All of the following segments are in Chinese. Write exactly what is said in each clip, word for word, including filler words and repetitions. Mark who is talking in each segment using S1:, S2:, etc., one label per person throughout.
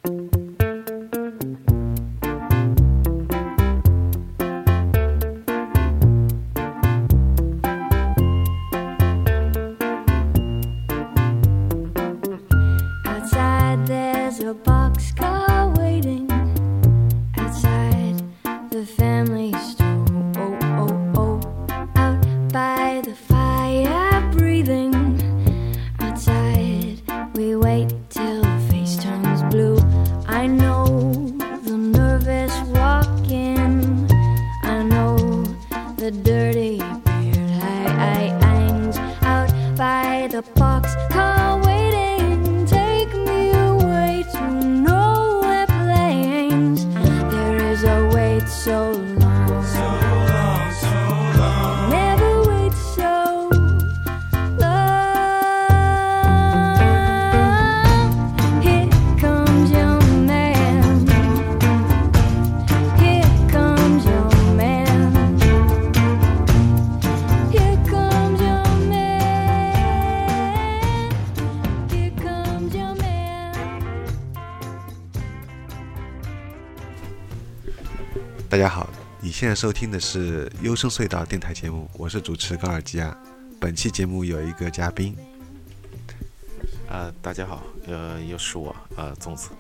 S1: 大家好，你现在收听的是优声隧道电台节目，我是主持高尔基亚。本期节目有一个嘉宾，
S2: 呃，大家好，呃，又是我，呃，粽子。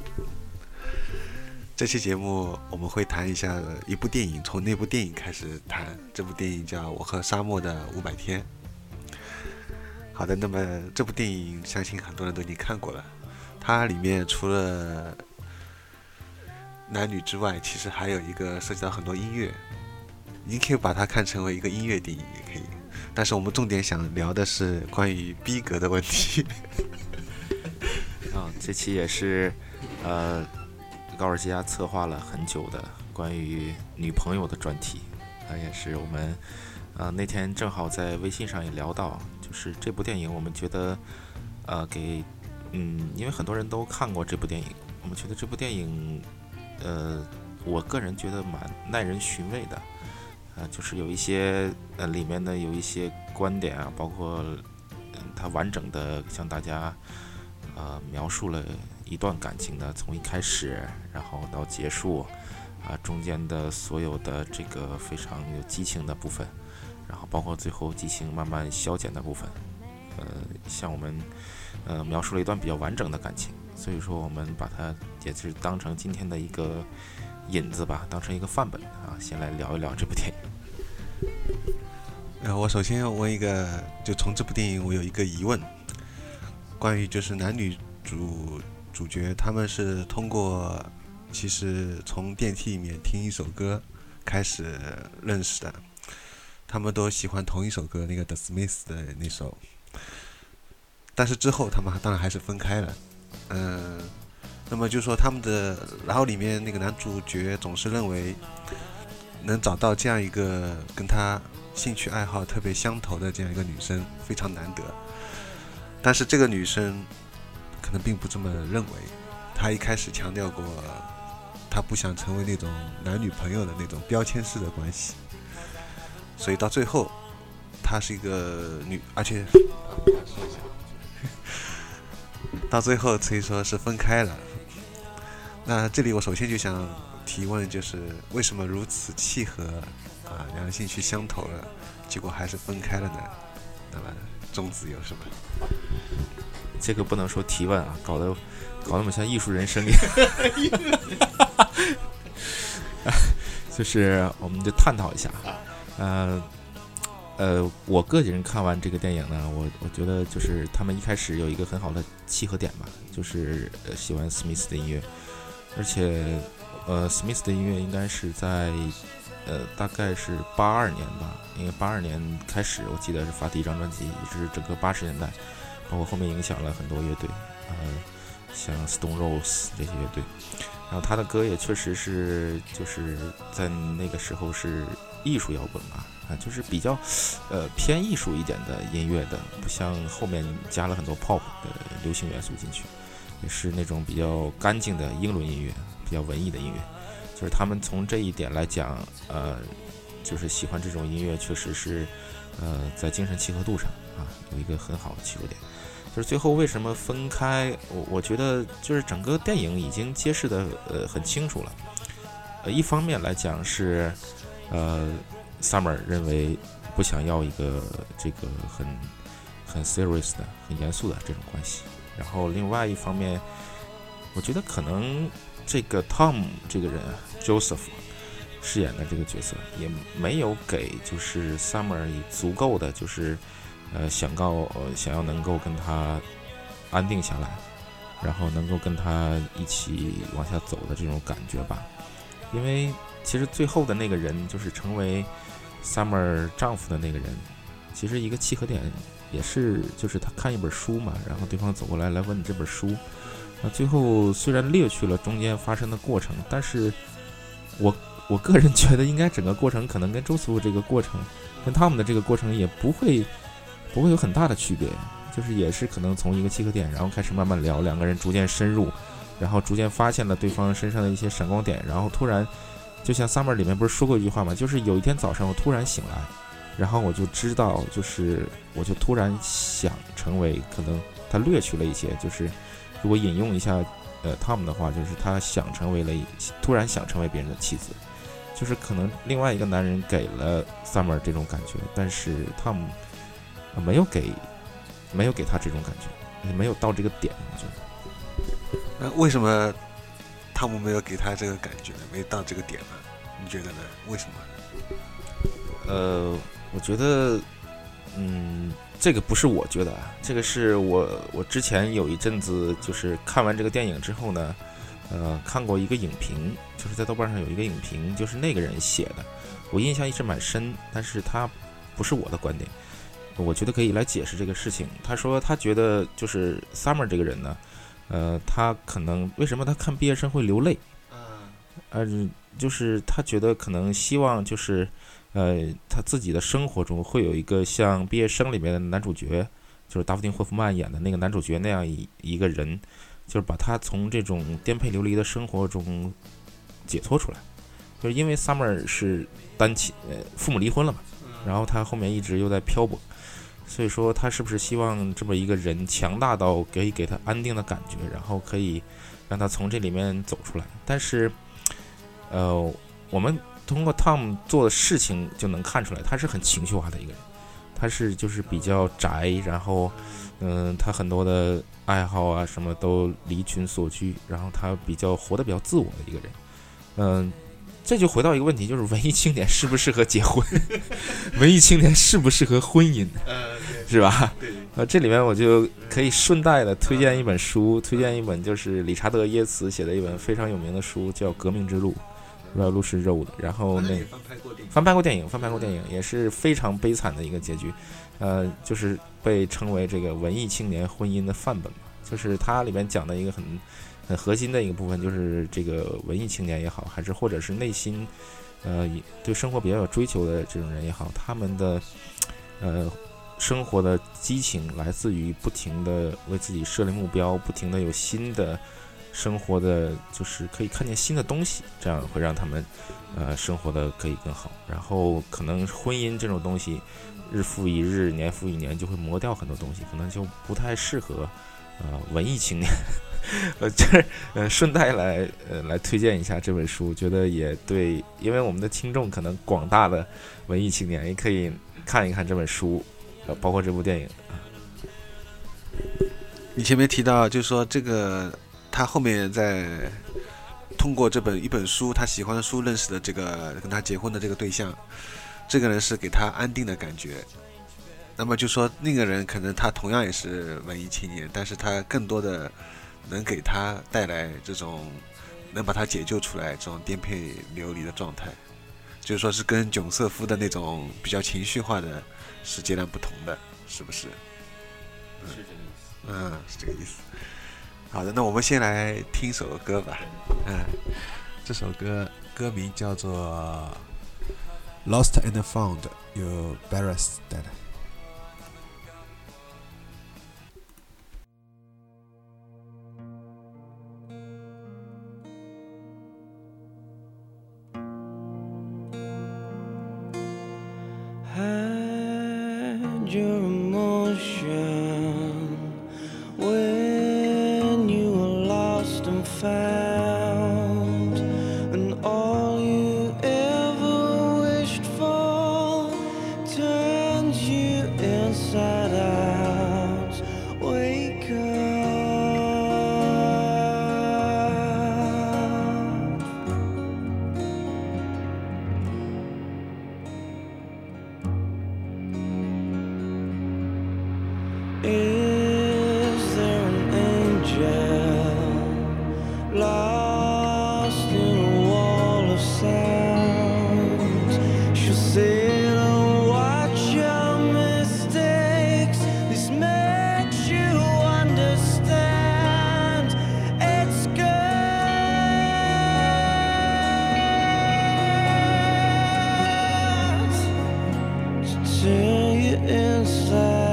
S1: 这期节目我们会谈一下一部电影，从那部电影开始谈。这部电影叫《我和沙漠的五百天》。好的，那么这部电影相信很多人都已经看过了。它里面除了男女之外，其实还有一个涉及到很多音乐，你可以把它看成为一个音乐电影也可以。但是我们重点想聊的是关于逼格的问题。
S2: 啊、哦，这期也是呃高尔基亚策划了很久的关于女朋友的专题，啊，也是我们呃那天正好在微信上也聊到，就是这部电影我们觉得呃给嗯，因为很多人都看过这部电影，我们觉得这部电影呃我个人觉得蛮耐人寻味的，呃就是有一些呃里面的有一些观点啊，包括、呃、它完整的向大家呃描述了一段感情的从一开始然后到结束啊、呃、中间的所有的这个非常有激情的部分，然后包括最后激情慢慢消减的部分，呃像我们呃描述了一段比较完整的感情，所以说我们把它也是当成今天的一个引子吧，当成一个范本啊，先来聊一聊这部电影。
S1: 呃，我首先要问一个，就从这部电影我有一个疑问，关于就是男女主主角他们是通过其实从电梯里面听一首歌开始认识的，他们都喜欢同一首歌，那个 The Smiths 的那首，但是之后他们当然还是分开了。嗯、呃，那么就说他们的，然后里面那个男主角总是认为能找到这样一个跟他兴趣爱好特别相投的这样一个女生非常难得，但是这个女生可能并不这么认为，她一开始强调过她不想成为那种男女朋友的那种标签式的关系，所以到最后她是一个女，而且到最后可以说是分开了。那这里我首先就想提问，就是为什么如此契合啊，两人兴趣相投了，结果还是分开了呢？那么粽子有什么？
S2: 这个不能说提问啊，搞得搞得我们像艺术人生一样。就是我们就探讨一下，呃呃，我个人看完这个电影呢，我我觉得就是他们一开始有一个很好的契合点吧，就是呃喜欢史密斯的音乐，而且呃史密斯的音乐应该是在呃大概是八二年吧，因为八二年开始我记得是发第一张专辑，一直整个八十年代，包括后面影响了很多乐队，呃像 Stone Roses 这些乐队，然后他的歌也确实是就是在那个时候是艺术摇滚吧。啊，就是比较，呃，偏艺术一点的音乐的，不像后面加了很多 pop 的流行元素进去，也是那种比较干净的英伦音乐，比较文艺的音乐。就是他们从这一点来讲，呃，就是喜欢这种音乐，确实是，呃，在精神契合度上啊有一个很好的契合点。 就是最后为什么分开，我我觉得就是整个电影已经揭示的呃很清楚了。呃，一方面来讲是，呃，Summer 认为不想要一个这个很很 serious 的、很严肃的这种关系。然后另外一方面，我觉得可能这个 Tom 这个人 Joseph 饰演的这个角色也没有给就是 Summer 以足够的就是呃想要呃想要能够跟他安定下来，然后能够跟他一起往下走的这种感觉吧。因为其实最后的那个人就是成为 Summer 丈夫的那个人，其实一个契合点也是就是他看一本书嘛，然后对方走过来来问你这本书，那最后虽然略去了中间发生的过程，但是我我个人觉得应该整个过程可能跟周师傅这个过程跟他们的这个过程也不会不会有很大的区别，就是也是可能从一个契合点然后开始慢慢聊，两个人逐渐深入，然后逐渐发现了对方身上的一些闪光点，然后突然就像 Summer 里面不是说过一句话吗，就是有一天早上我突然醒来，然后我就知道就是我就突然想成为，可能他略去了一些，就是如果引用一下呃 Tom 的话，就是他想成为了突然想成为别人的妻子，就是可能另外一个男人给了 Summer 这种感觉，但是 Tom 没有给没有给他这种感觉，没有到这个点，我觉得。
S1: 那为什么汤姆没有给他这个感觉呢？没到这个点呢？你觉得呢？为什么？
S2: 呃，我觉得，嗯，这个不是我觉得啊，这个是我我之前有一阵子就是看完这个电影之后呢，呃，看过一个影评，就是在豆瓣上有一个影评，就是那个人写的，我印象一直蛮深，但是他不是我的观点，我觉得可以来解释这个事情。他说他觉得就是 Summer 这个人呢，呃，他可能为什么他看毕业生会流泪？呃，就是他觉得可能希望就是，呃，他自己的生活中会有一个像毕业生里面的男主角，就是达夫汀·霍夫曼演的那个男主角那样一一个人，就是把他从这种颠沛流离的生活中解脱出来。就是因为 Summer 是单亲，呃，父母离婚了嘛，然后他后面一直又在漂泊。所以说他是不是希望这么一个人强大到可以给他安定的感觉，然后可以让他从这里面走出来。但是呃，我们通过 Tom 做的事情就能看出来，他是很情绪化的一个人，他是就是比较宅，然后嗯、呃，他很多的爱好啊什么都离群所居，然后他比较活得比较自我的一个人。嗯、呃，这就回到一个问题，就是文艺青年适不适合结婚？文艺青年适不适合婚姻？是吧？呃，这里面我就可以顺带的推荐一本书，推荐一本就是理查德耶茨写的一本非常有名的书，叫《革命之路》，不知道 Lucy Road。然后那翻拍过电影，翻拍过电影也是非常悲惨的一个结局，呃，就是被称为这个文艺青年婚姻的范本嘛。就是它里面讲的一个很很核心的一个部分，就是这个文艺青年也好，还是或者是内心呃对生活比较有追求的这种人也好，他们的呃。生活的激情来自于不停的为自己设立目标，不停的有新的生活的，就是可以看见新的东西，这样会让他们呃生活的可以更好。然后可能婚姻这种东西，日复一日，年复一年，就会磨掉很多东西，可能就不太适合呃文艺青年。呃，这呃顺带来呃来推荐一下这本书，觉得也对，因为我们的听众可能广大的文艺青年也可以看一看这本书。呃，包括这部电影。
S1: 你前面提到，就是说这个他后面在通过这本一本书，他喜欢的书认识的这个跟他结婚的这个对象，这个人是给他安定的感觉。那么就说那个人可能他同样也是文艺青年，但是他更多的能给他带来这种能把他解救出来这种颠沛流离的状态，就是说是跟囧瑟夫的那种比较情绪化的是截然不同的，是不是？
S2: 嗯、是这个意思。
S1: 嗯，是这个意思。好的，那我们先来听首歌吧。嗯，这首歌歌名叫做《Lost and Found》，由 Barris 带来。
S3: Your emotion Is there an angel lost in a wall of sounds? She'll sit and watch your mistakes. This makes you understand. It's good to turn you inside.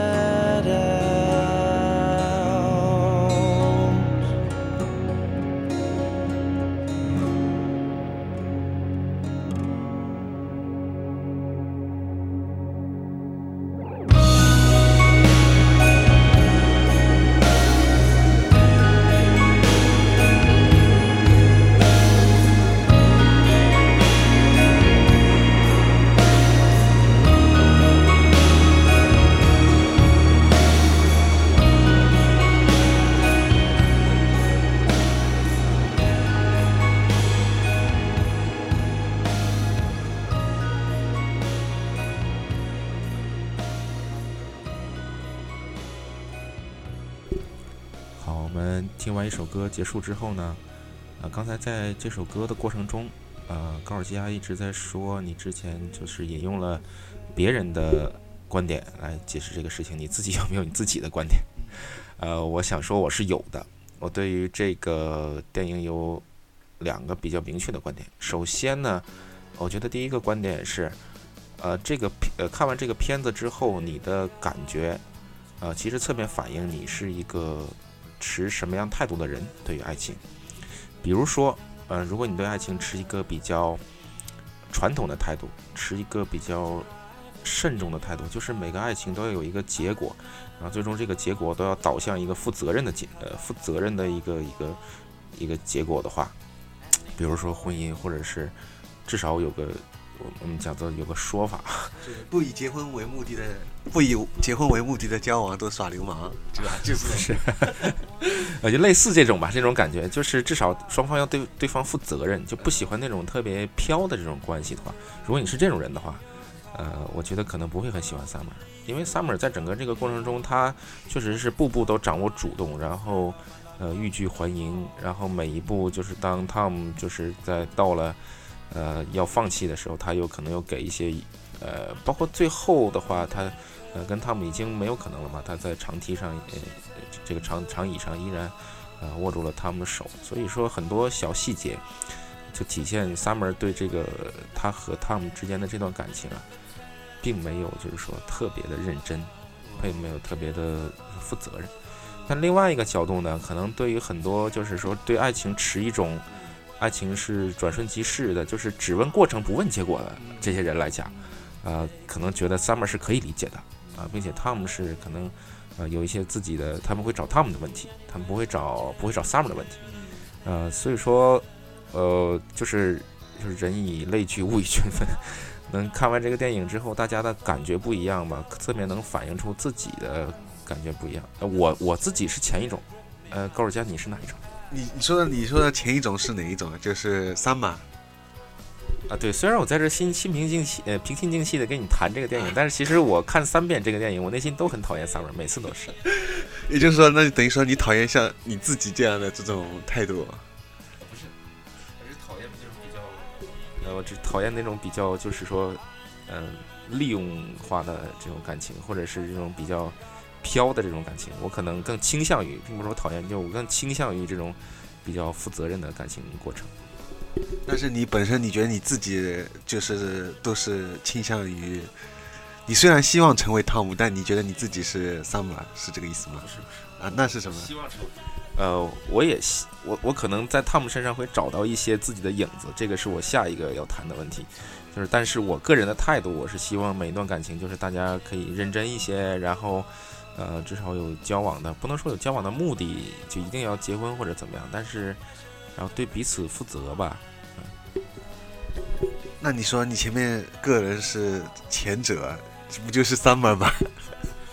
S2: 听完一首歌结束之后呢，呃，刚才在这首歌的过程中，呃，高尔基亚一直在说你之前就是引用了别人的观点来解释这个事情，你自己有没有你自己的观点？呃，我想说我是有的，我对于这个电影有两个比较明确的观点。首先呢，我觉得第一个观点是，呃，这个呃看完这个片子之后，你的感觉，呃，其实侧面反映你是一个持什么样态度的人对于爱情。比如说，呃，如果你对爱情持一个比较传统的态度，持一个比较慎重的态度，就是每个爱情都要有一个结果，然后最终这个结果都要导向一个负责任的结呃负责任的一个一个一个结果的话，比如说婚姻，或者是至少有个我们讲的有个说法，
S1: 就是不以结婚为目的的，不以结婚为目的的交往都耍流氓，对吧？就是
S2: 是，呃，就类似这种吧，这种感觉就是至少双方要对对方负责任，就不喜欢那种特别飘的这种关系的话，如果你是这种人的话，呃，我觉得可能不会很喜欢 Summer， 因为 Summer 在整个这个过程中，他确实是步步都掌握主动，然后呃欲拒还迎，然后每一步就是当 Tom 就是在到了呃要放弃的时候，他有可能又给一些呃，包括最后的话，他呃跟 Tom 已经没有可能了嘛，他在长梯上呃这个长长椅上依然呃握住了 Tom 的手，所以说很多小细节就体现 Summer 对这个他和 Tom 之间的这段感情啊，并没有就是说特别的认真，并没有特别的负责任。但另外一个角度呢，可能对于很多就是说对爱情持一种爱情是转瞬即逝的，就是只问过程不问结果的这些人来讲，呃，可能觉得 Summer 是可以理解的啊，并且 Tom 是可能呃有一些自己的，他们会找 Tom 的问题，他们不会找不会找 Summer 的问题，呃，所以说呃就是就是人以类聚，物以群分。能看完这个电影之后，大家的感觉不一样吧，侧面能反映出自己的感觉不一样。呃、我我自己是前一种，呃，高尔佳你是哪一种？
S1: 你你说的你说的前一种是哪一种？就是 Summer
S2: 啊，对，虽然我在这心心平静气呃平心静气的跟你谈这个电影，但是其实我看三遍这个电影，我内心都很讨厌 Summer， 每次都是。
S1: 也就是说，那等于说你讨厌像你自己这样的这种态度？
S2: 不是，我是讨厌那种比较，呃，我只讨厌那种比较就是说，嗯、呃，利用化的这种感情，或者是这种比较飘的这种感情，我可能更倾向于，并不是我讨厌，就我更倾向于这种比较负责任的感情过程。
S1: 但是你本身你觉得你自己就是都是倾向于，你虽然希望成为汤姆，但你觉得你自己是 Summer， 是这个意思吗？
S2: 不是不是
S1: 啊，那是什么？
S2: 希望成为。呃，我也我我可能在汤姆身上会找到一些自己的影子，这个是我下一个要谈的问题。就是，但是我个人的态度，我是希望每一段感情就是大家可以认真一些，然后，呃，至少有交往的，不能说有交往的目的就一定要结婚或者怎么样，但是，然后对彼此负责吧。嗯、
S1: 那你说你前面个人是前者，这不就是 Summer 吗？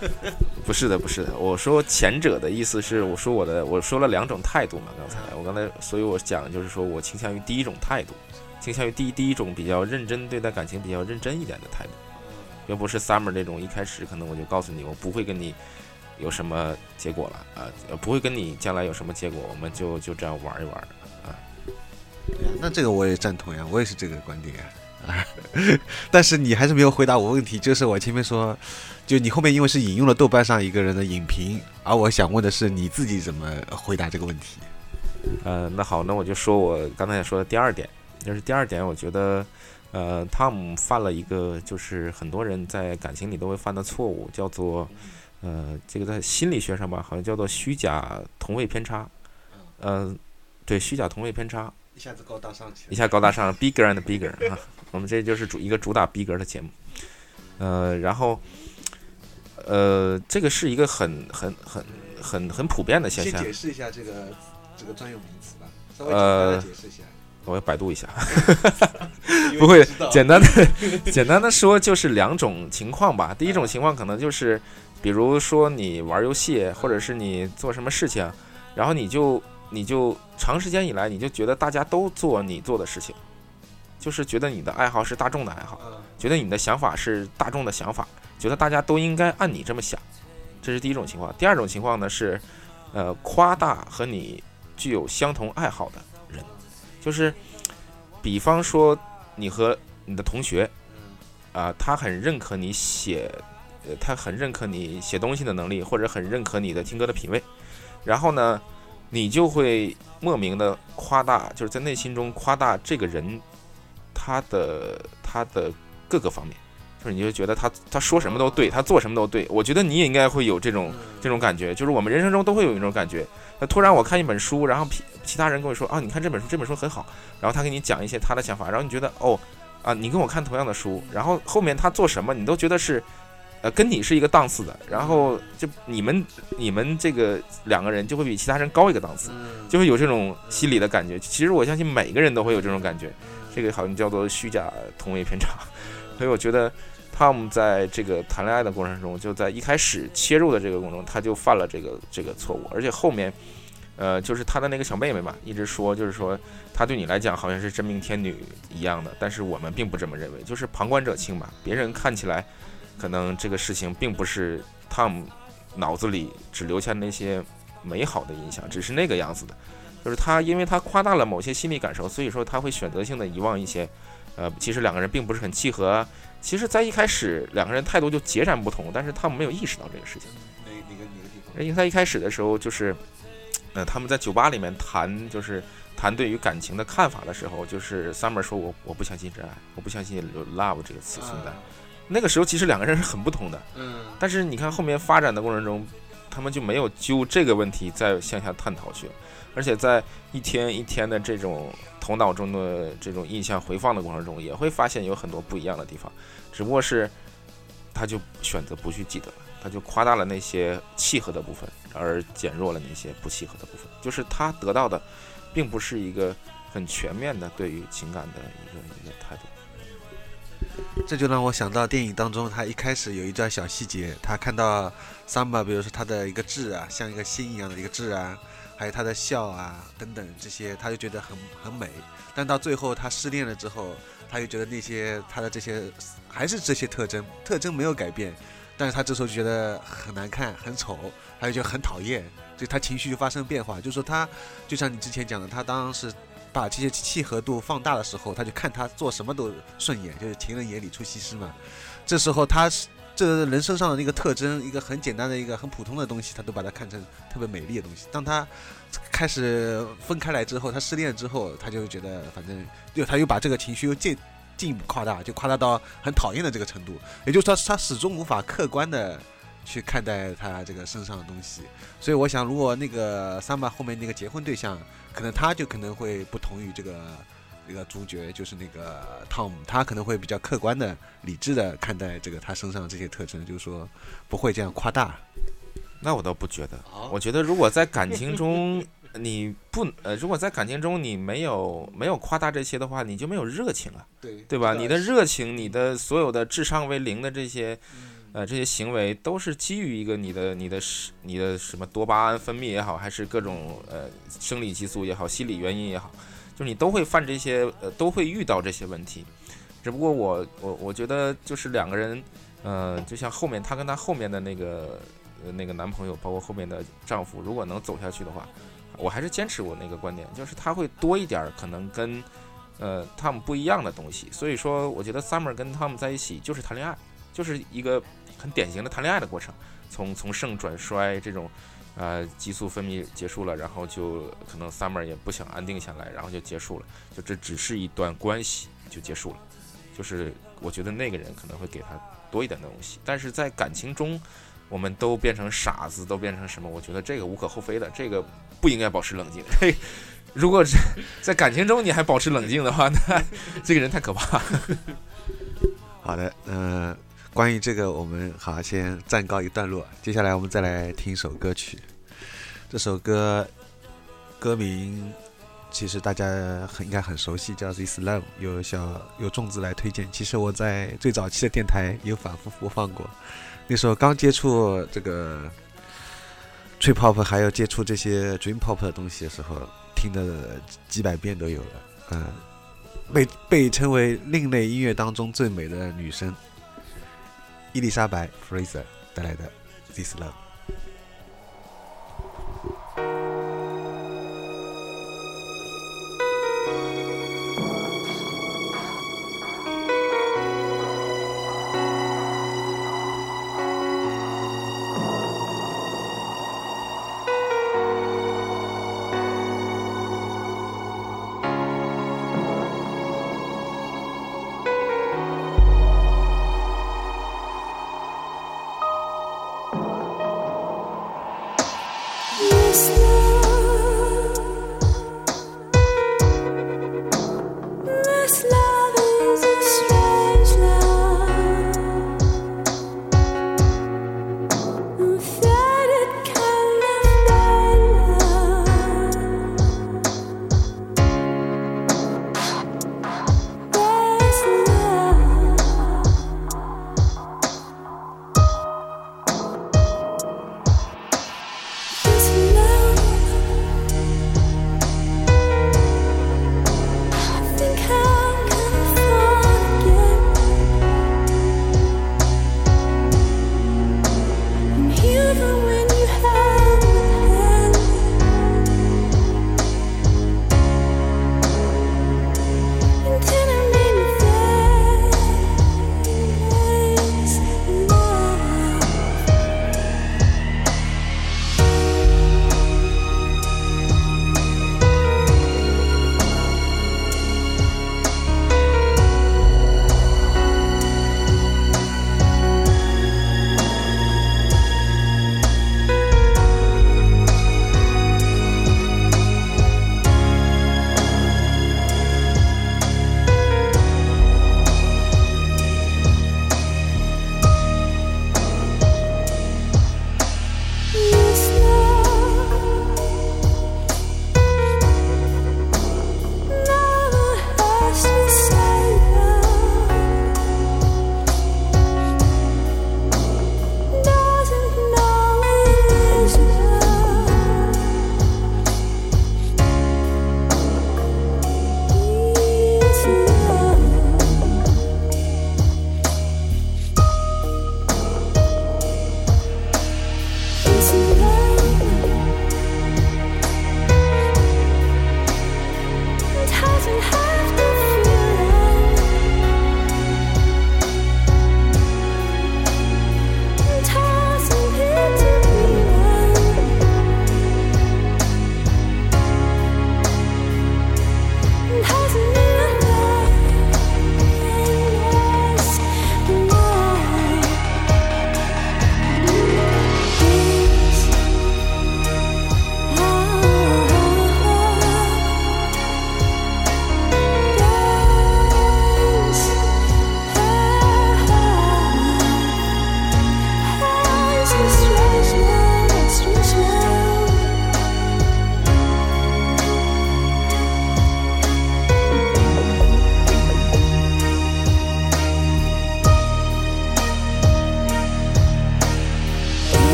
S2: 不是的，不是的，我说前者的意思是，我说我的，我说了两种态度嘛，刚才我刚才，所以我讲就是说我倾向于第一种态度，倾向于第一第一种比较认真对待感情、比较认真一点的态度，又不是 Summer 那种一开始可能我就告诉你，我不会跟你有什么结果了啊、呃，不会跟你将来有什么结果，我们就就这样玩一玩啊。
S1: 对呀，那这个我也赞同呀，我也是这个观点呀。但是你还是没有回答我问题，就是我前面说，就你后面因为是引用了豆瓣上一个人的影评，而我想问的是你自己怎么回答这个问题。
S2: 呃，那好，那我就说我刚才说的第二点，就是第二点，我觉得，呃，汤姆犯了一个就是很多人在感情里都会犯的错误，叫做，呃，这个在心理学上吧，好像叫做虚假同位偏差，呃，对，虚假同位偏差。
S1: 一下子高大上起来，
S2: 一下高大上 ，bigger and bigger 啊，我们这就是主一个主打 bigger 的节目，呃，然后，呃，这个是一个很很很很很普遍的现象。
S1: 先解释一下这个这个专用名词吧，稍微简单的解释一下。
S2: 我要百度一下，不会，简单的简单的说就是两种情况吧。第一种情况可能就是，比如说你玩游戏，或者是你做什么事情，然后你就。你就长时间以来，你就觉得大家都做你做的事情，就是觉得你的爱好是大众的爱好，觉得你的想法是大众的想法，觉得大家都应该按你这么想，这是第一种情况。第二种情况呢是，呃，夸大和你具有相同爱好的人，就是比方说你和你的同学，啊、呃，他很认可你写，呃，他很认可你写东西的能力，或者很认可你的听歌的品味，然后呢。你就会莫名的夸大，就是在内心中夸大这个人，他的他的各个方面，就是你就觉得他他说什么都对，他做什么都对。我觉得你也应该会有这种这种感觉，就是我们人生中都会有一种感觉。那突然我看一本书，然后其他人跟我说啊，你看这本书，这本书很好，然后他给你讲一些他的想法，然后你觉得哦啊，你跟我看同样的书，然后后面他做什么，你都觉得是。呃，跟你是一个档次的，然后就你们你们这个两个人就会比其他人高一个档次，就会有这种心理的感觉。其实我相信每个人都会有这种感觉，这个好像叫做虚假同位偏差。所以我觉得汤姆在这个谈恋爱的过程中，就在一开始切入的这个过程中，他就犯了这个这个错误，而且后面，呃，就是他的那个小妹妹嘛，一直说就是说他对你来讲好像是真命天女一样的，但是我们并不这么认为，就是旁观者清嘛，别人看起来。可能这个事情并不是汤姆脑子里只留下那些美好的印象，只是那个样子的，就是他因为他夸大了某些心理感受，所以说他会选择性的遗忘一些，呃，其实两个人并不是很契合。其实，在一开始两个人态度就截然不同，但是汤姆没有意识到这个事情。
S1: 哪哪个哪个地方？
S2: 因为他一开始的时候就是，呃，他们在酒吧里面谈，就是谈对于感情的看法的时候，就是 Summer 说我我不相信真爱，我不相信有 love 这个词存在。啊那个时候其实两个人是很不同的，嗯，但是你看后面发展的过程中，他们就没有就这个问题再向下探讨去了，而且在一天一天的这种头脑中的这种印象回放的过程中，也会发现有很多不一样的地方，只不过是他就选择不去记得了，他就夸大了那些契合的部分，而减弱了那些不契合的部分，就是他得到的并不是一个很全面的对于情感的一个一个态度。
S1: 这就让我想到电影当中，他一开始有一段小细节，他看到 Summer， 比如说他的一个痣啊，像一个心一样的一个痣啊，还有他的笑啊等等这些，他就觉得很很美。但到最后他失恋了之后，他又觉得那些他的这些还是这些特征，特征没有改变，但是他这时候就觉得很难看、很丑，他就觉得很讨厌，就他情绪就发生变化。就是说他就像你之前讲的，他当时把这些契合度放大的时候，他就看他做什么都顺眼，就是情人眼里出西施嘛。这时候他这人身上的那个特征，一个很简单的一个很普通的东西，他都把它看成特别美丽的东西。当他开始分开来之后，他失恋之后，他就觉得反正又他又把这个情绪又进进一步夸大，就夸大到很讨厌的这个程度。也就是说，他始终无法客观的去看待他这个身上的东西。所以我想，如果那个Summer后面那个结婚对象，可能他就可能会不同于这个这个主角，就是那个 Tom， 他可能会比较客观的、理智的看待这个他身上这些特征，就是说不会这样夸大。
S2: 那我倒不觉得，我觉得如果在感情中你不呃，如果在感情中你没有没有夸大这些的话，你就没有热情啊，
S1: 对
S2: 对吧？你的热情，你的所有的智商为零的这些。 呃，这些行为都是基于一个你的你的你的什么多巴胺分泌也好，还是各种呃生理激素也好，心理原因也好，就是你都会犯这些呃都会遇到这些问题。只不过我我我觉得就是两个人，呃，就像后面她跟她后面的那个呃那个男朋友，包括后面的丈夫，如果能走下去的话，我还是坚持我那个观点，就是他会多一点可能跟呃他们不一样的东西。所以说，我觉得 Summer 跟他们在一起就是谈恋爱，就是一个很典型的谈恋爱的过程，从从盛转衰这种，呃，激素分泌结束了，然后就可能 Summer 也不想安定下来，然后就结束了，就这只是一段关系就结束了。就是我觉得那个人可能会给他多一点的东西，但是在感情中，我们都变成傻子，都变成什么？我觉得这个无可厚非的，这个不应该保持冷静。这如果是在感情中你还保持冷静的话，那这个人太可怕。
S1: 好的，嗯、呃。关于这个我们好先暂告一段落，接下来我们再来听一首歌曲。这首歌歌名其实大家很应该很熟悉，叫 This Love， 由小由粽子来推荐。其实我在最早期的电台有反复播放过，那时候刚接触这个 Trip Hop 还有接触这些 Dream Pop 的东西的时候，听的几百遍都有了。嗯，被被称为另类音乐当中最美的女生伊丽莎白 Fraser 带来的 This Love。
S4: This love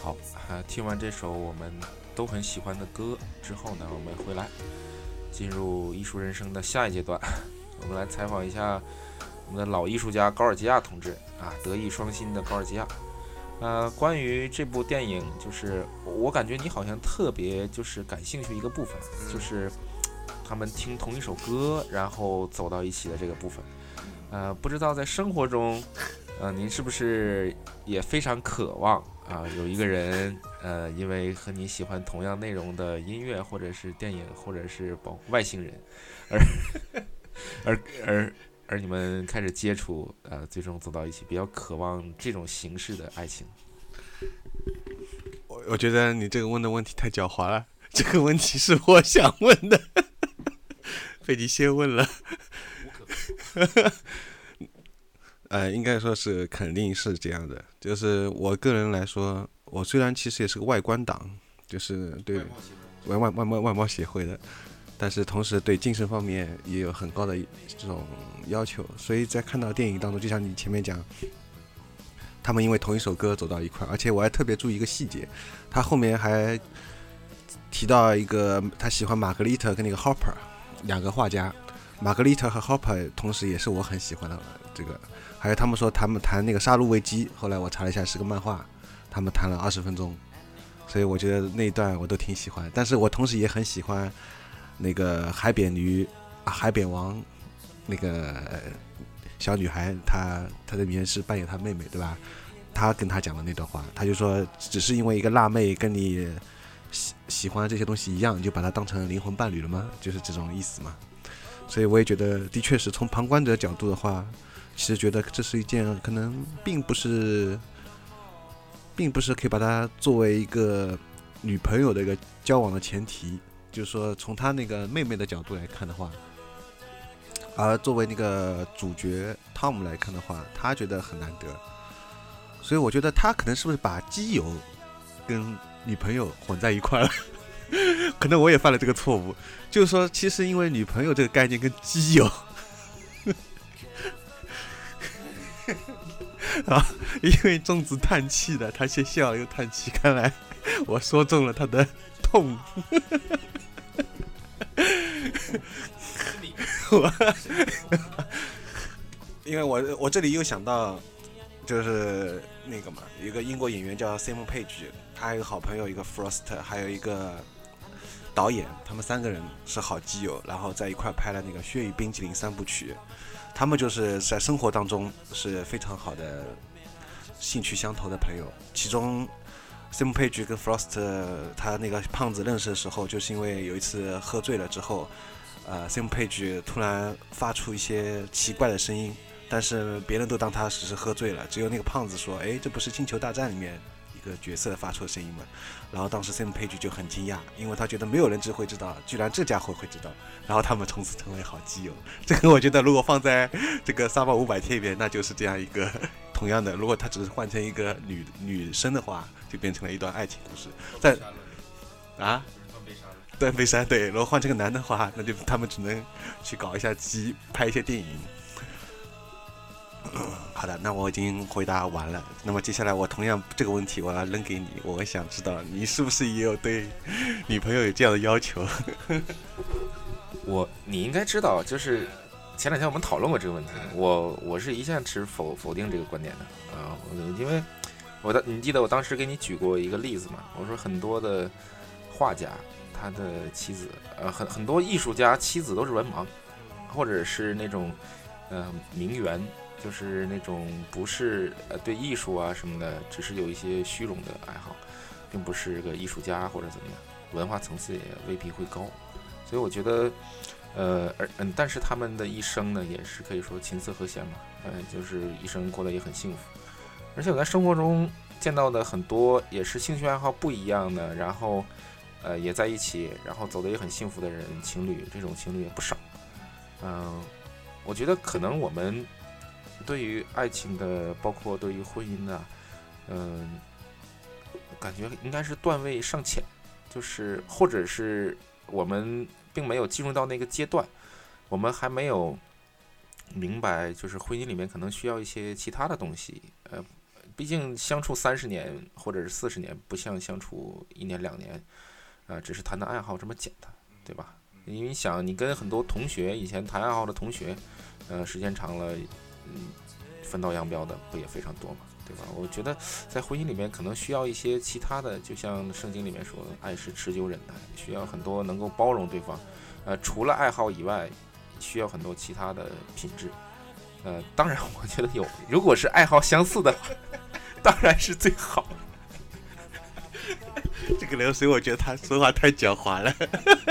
S2: 好，啊，听完这首我们都很喜欢的歌之后呢，我们回来进入艺术人生的下一阶段，我们来采访一下我们的老艺术家高尔基亚同志啊，德艺双馨的高尔基亚。呃，关于这部电影，就是我感觉你好像特别就是感兴趣一个部分，就是他们听同一首歌，然后走到一起的这个部分。呃，不知道在生活中，呃，您是不是也非常渴望啊、呃，有一个人，呃，因为和你喜欢同样内容的音乐，或者是电影，或者是包括外星人，而而而而你们开始接触，呃，最终走到一起，比较渴望这种形式的爱情。
S1: 我我觉得你这个问的问题太狡猾了，这个问题是我想问的，被你先问了。呃，应该说是肯定是这样的。就是我个人来说，我虽然其实也是个外观党，就是对外外外外貌协会的，但是同时对精神方面也有很高的这种要求。所以在看到电影当中，就像你前面讲，他们因为同一首歌走到一块，而且我还特别注意一个细节，他后面还提到一个他喜欢玛格丽特跟那个 Hopper 两个画家。玛格丽特和 Hopper 同时也是我很喜欢的这个，还有他们说他们谈那个杀戮危机，后来我查了一下是个漫画，他们谈了二十分钟，所以我觉得那一段我都挺喜欢。但是我同时也很喜欢那个海扁驴、啊、海扁王那个小女孩，她她在里面是扮演她妹妹对吧？她跟她讲的那段话，她就说只是因为一个辣妹跟你喜喜欢这些东西一样，你就把她当成灵魂伴侣了吗？就是这种意思嘛。所以我也觉得的确是从旁观者角度的话，其实觉得这是一件可能并不是并不是可以把它作为一个女朋友的一个交往的前提，就是说从他那个妹妹的角度来看的话，而作为那个主角汤姆来看的话，他觉得很难得。所以我觉得他可能是不是把基友跟女朋友混在一块了，可能我也犯了这个错误，就是说其实因为女朋友这个概念跟基友啊，因为粽子叹气的，他先笑又叹气，看来我说中了他的痛。我因为我我这里又想到，就是那个嘛，有一个英国演员叫 Simon Page， 他还有一个好朋友一个 Frost， 还有一个导演，他们三个人是好基友，然后在一块拍了那个《血与冰激凌》三部曲。他们就是在生活当中是非常好的兴趣相投的朋友。其中 Simon Page 跟 Frost 他那个胖子认识的时候，就是因为有一次喝醉了之后，呃 Simon Page 突然发出一些奇怪的声音，但是别人都当他只是喝醉了，只有那个胖子说，哎，这不是星球大战里面一个角色发出的声音吗？然后当时 Simon Page 就很惊讶，因为他觉得没有人会知道，居然这家伙会知道。然后他们从此成为好基友。这个我觉得如果放在这个撒宝五百天里面，那就是这样一个同样的，如果他只是换成一个女女生的话，就变成了一段爱情故事。在啊，断背山，对，如果换成个男的话，那就他们只能去搞一下基，拍一些电影。好的，那我已经回答完了。那么接下来我同样这个问题我要扔给你，我想知道你是不是也有对女朋友有这样的要求？
S2: 我你应该知道，就是前两天我们讨论过这个问题，我我是一向持否否定这个观点的啊、呃，因为我的你记得我当时给你举过一个例子嘛？我说很多的画家他的妻子，呃，很很多艺术家妻子都是文盲，或者是那种呃名媛。就是那种不是呃对艺术啊什么的，只是有一些虚荣的爱好，并不是个艺术家或者怎么样，文化层次也未必会高。所以我觉得，呃，而嗯，但是他们的一生呢，也是可以说琴瑟和弦嘛，呃，就是一生过得也很幸福。而且我在生活中见到的很多也是兴趣爱好不一样的，然后呃也在一起，然后走得也很幸福的人，情侣这种情侣也不少。嗯、呃，我觉得可能我们。对于爱情的，包括对于婚姻的，嗯、呃，感觉应该是段位尚浅，就是或者是我们并没有进入到那个阶段，我们还没有明白，就是婚姻里面可能需要一些其他的东西，呃， 毕竟相处三十年或者是四十年，不像相处一年两年，啊、呃，只是谈谈爱好这么简单，对吧？因为你想，你跟很多同学以前谈爱好的同学，呃，时间长了，嗯，分道扬镳的不也非常多嘛，对吧？我觉得在婚姻里面可能需要一些其他的，就像圣经里面说，爱是持久忍耐，需要很多能够包容对方。呃，除了爱好以外，需要很多其他的品质。呃，当然，我觉得有，如果是爱好相似的话，当然是最好。
S1: 这个流水，我觉得他说话太狡猾了。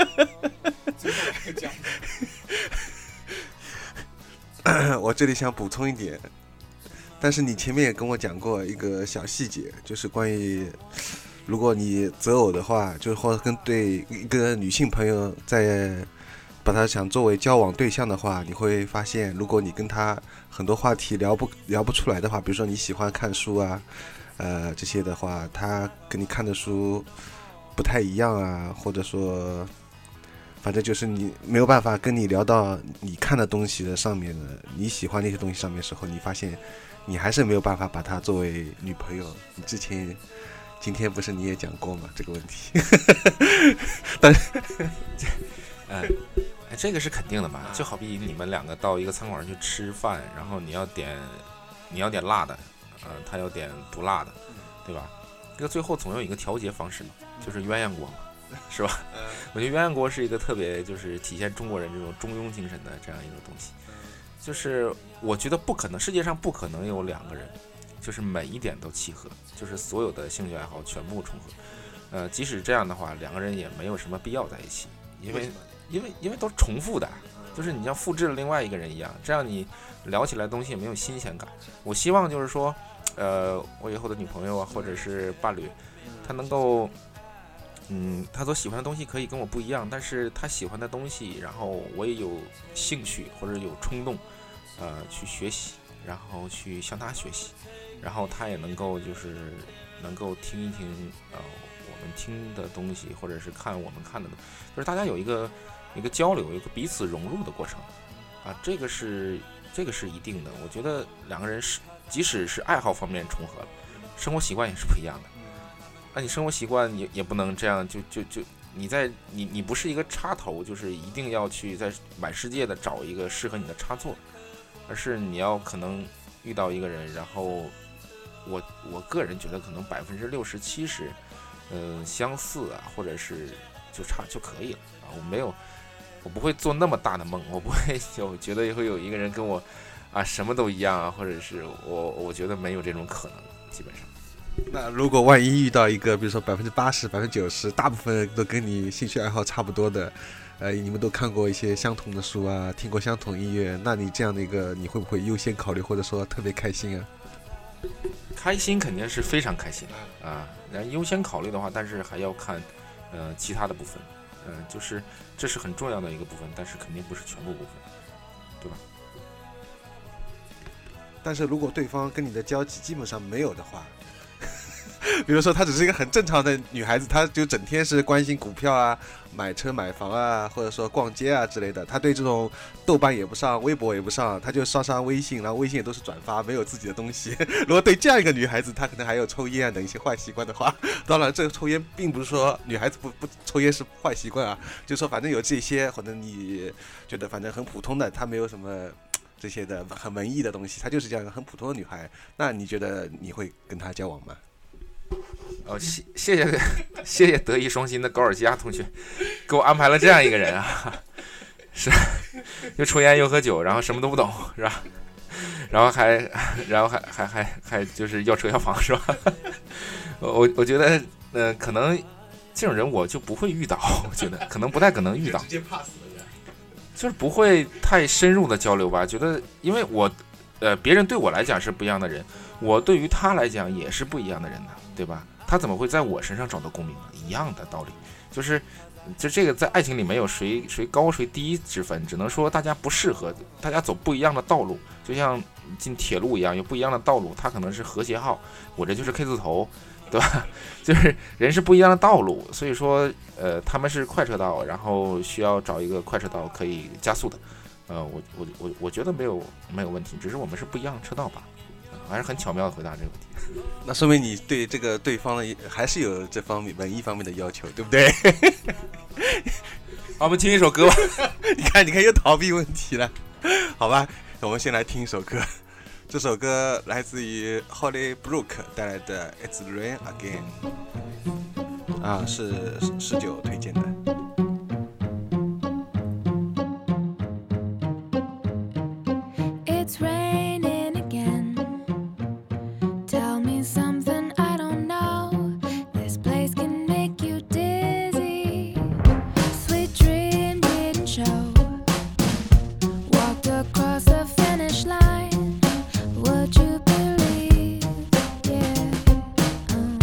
S1: 我这里想补充一点，但是你前面也跟我讲过一个小细节，就是关于如果你择偶的话，就是或者跟对一个女性朋友在把她想作为交往对象的话，你会发现，如果你跟她很多话题聊不聊不出来的话，比如说你喜欢看书啊，呃这些的话，她跟你看的书不太一样啊，或者说反正就是你没有办法跟你聊到你看的东西的上面的，你喜欢那些东西上面的时候，你发现你还是没有办法把她作为女朋友。你之前今天不是你也讲过吗这个问题？但是
S2: 嗯，这个是肯定的嘛，就好比你们两个到一个餐馆去吃饭，然后你要点你要点辣的，呃，他要点不辣的，对吧？这个最后总有一个调节方式嘛，就是鸳鸯锅嘛，是吧？我觉得鸳鸯锅是一个特别就是体现中国人这种中庸精神的这样一个东西。就是我觉得不可能，世界上不可能有两个人就是每一点都契合，就是所有的兴趣爱好全部重合。呃，即使这样的话，两个人也没有什么必要在一起，因为因为因为都是重复的，就是你像复制了另外一个人一样，这样你聊起来东西也没有新鲜感。我希望就是说，呃，我以后的女朋友啊，或者是伴侣，她能够，嗯，她所喜欢的东西可以跟我不一样，但是她喜欢的东西，然后我也有兴趣或者有冲动，呃，去学习，然后去向她学习，然后她也能够就是能够听一听，呃。我们听的东西，或者是看我们看的东西，就是大家有一个一个交流，有一个彼此融入的过程啊，这个是这个是一定的。我觉得两个人是即使是爱好方面重合了，生活习惯也是不一样的。那、啊、你生活习惯也也不能这样，就就就你在你你不是一个插头，就是一定要去在满世界的找一个适合你的插座，而是你要可能遇到一个人，然后我我个人觉得可能百分之六十七十。嗯，相似啊，或者是就差就可以了啊。我没有，我不会做那么大的梦，我不会有觉得会有一个人跟我啊什么都一样啊，或者是我我觉得没有这种可能，基本上。
S1: 那如果万一遇到一个，比如说百分之八十、百分之九十，大部分都跟你兴趣爱好差不多的，呃，你们都看过一些相同的书啊，听过相同音乐，那你这样的一个，你会不会优先考虑，或者说特别开心啊？
S2: 开心肯定是非常开心的啊，然后优先考虑的话，但是还要看呃其他的部分，嗯、呃，就是这是很重要的一个部分，但是肯定不是全部部分，对吧？
S1: 但是如果对方跟你的交集基本上没有的话，比如说她只是一个很正常的女孩子，她就整天是关心股票啊、买车买房啊，或者说逛街啊之类的，她对这种豆瓣也不上，微博也不上，她就上上微信，然后微信也都是转发，没有自己的东西。如果对这样一个女孩子，她可能还有抽烟啊等一些坏习惯的话，当然这个抽烟并不是说女孩子不不抽烟是坏习惯啊，就是说反正有这些，或者你觉得反正很普通的，她没有什么这些的很文艺的东西，她就是这样一个很普通的女孩，那你觉得你会跟她交往吗？
S2: 哦，谢谢谢谢谢德艺双馨的高尔基亚同学，给我安排了这样一个人啊，是又抽烟又喝酒，然后什么都不懂，是吧？然后还然后还还还还就是要车要房，是吧？我我觉得呃，可能这种人我就不会遇到，我觉得可能不太可能遇到，
S1: 直接 pass 了，
S2: 就是不会太深入的交流吧。觉得因为我呃，别人对我来讲是不一样的人，我对于他来讲也是不一样的人的，对吧？他怎么会在我身上找到共鸣呢？一样的道理，就是就这个在爱情里没有谁谁高谁低之分，只能说大家不适合，大家走不一样的道路，就像进铁路一样，有不一样的道路，他可能是和谐号，我这就是 K 字头，对吧？就是人是不一样的道路，所以说呃他们是快车道，然后需要找一个快车道可以加速的，呃我我我我觉得没有没有问题，只是我们是不一样的车道吧。 还是很巧妙的回答这个问题。
S1: 那说明你对这个对方的还是有这方面文艺方面的要求，对不对？
S2: 好，我们听一首歌吧。
S1: 你看，你看又逃避问题了，好吧？我们先来听一首歌，这首歌来自于 Holly Brook 带来的 It's Rain Again， 啊，是十九推荐的。
S4: It's raining again. Tell me something I don't know. This place can make you dizzy. Sweet dream didn't show. Walked across the finish line. Would you believe? Yeah. Um.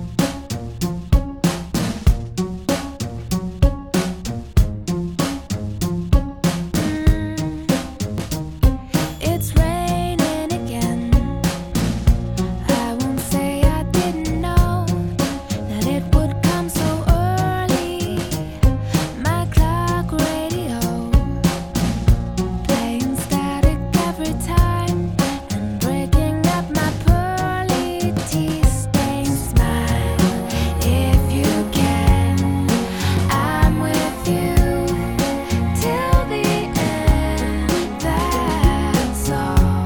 S4: It's raining again. I won't say I didn't know that it would come so early. My clock radio playing static every time and breaking up my pearly tea stain smile. If you can, I'm with you till the end. That's all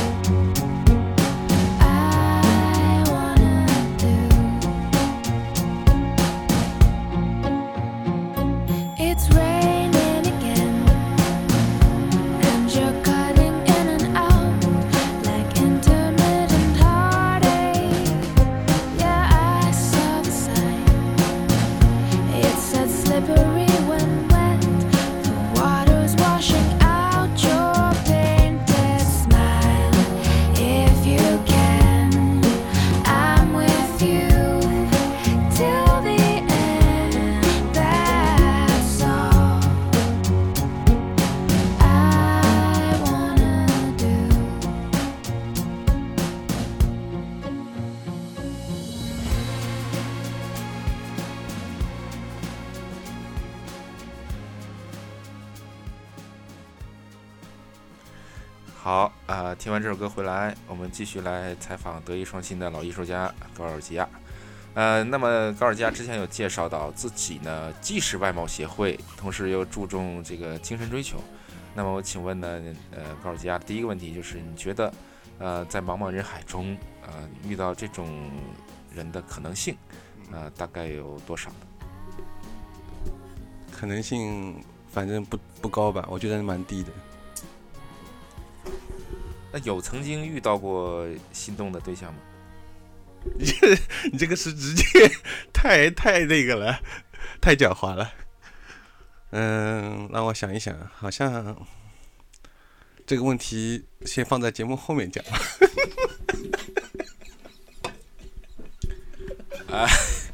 S4: I wanna do. It's raining again, and you're cutting in and out like intermittent heartache. Yeah, I saw the sign. It said slippery when wet. The water's washing out your painted smile. If you can, I'm with you till the end. That's all I wanna do.
S2: Holiday 好，呃，听完这首歌回来，我们继续来采访德艺双馨的老艺术家高尔基亚。呃，那么高尔基亚之前有介绍到自己呢，既是外貌协会，同时又注重这个精神追求。那么我请问呢，呃，高尔基亚第一个问题就是，你觉得，呃，在茫茫人海中，呃，遇到这种人的可能性，呃，大概有多少？
S1: 可能性反正不不高吧，我觉得蛮低的。
S2: 那有曾经遇到过心动的对象吗？
S1: 你这你这个是直接太太那个了，太狡猾了。嗯，让我想一想，好像这个问题先放在节目后面讲吧。
S2: 啊，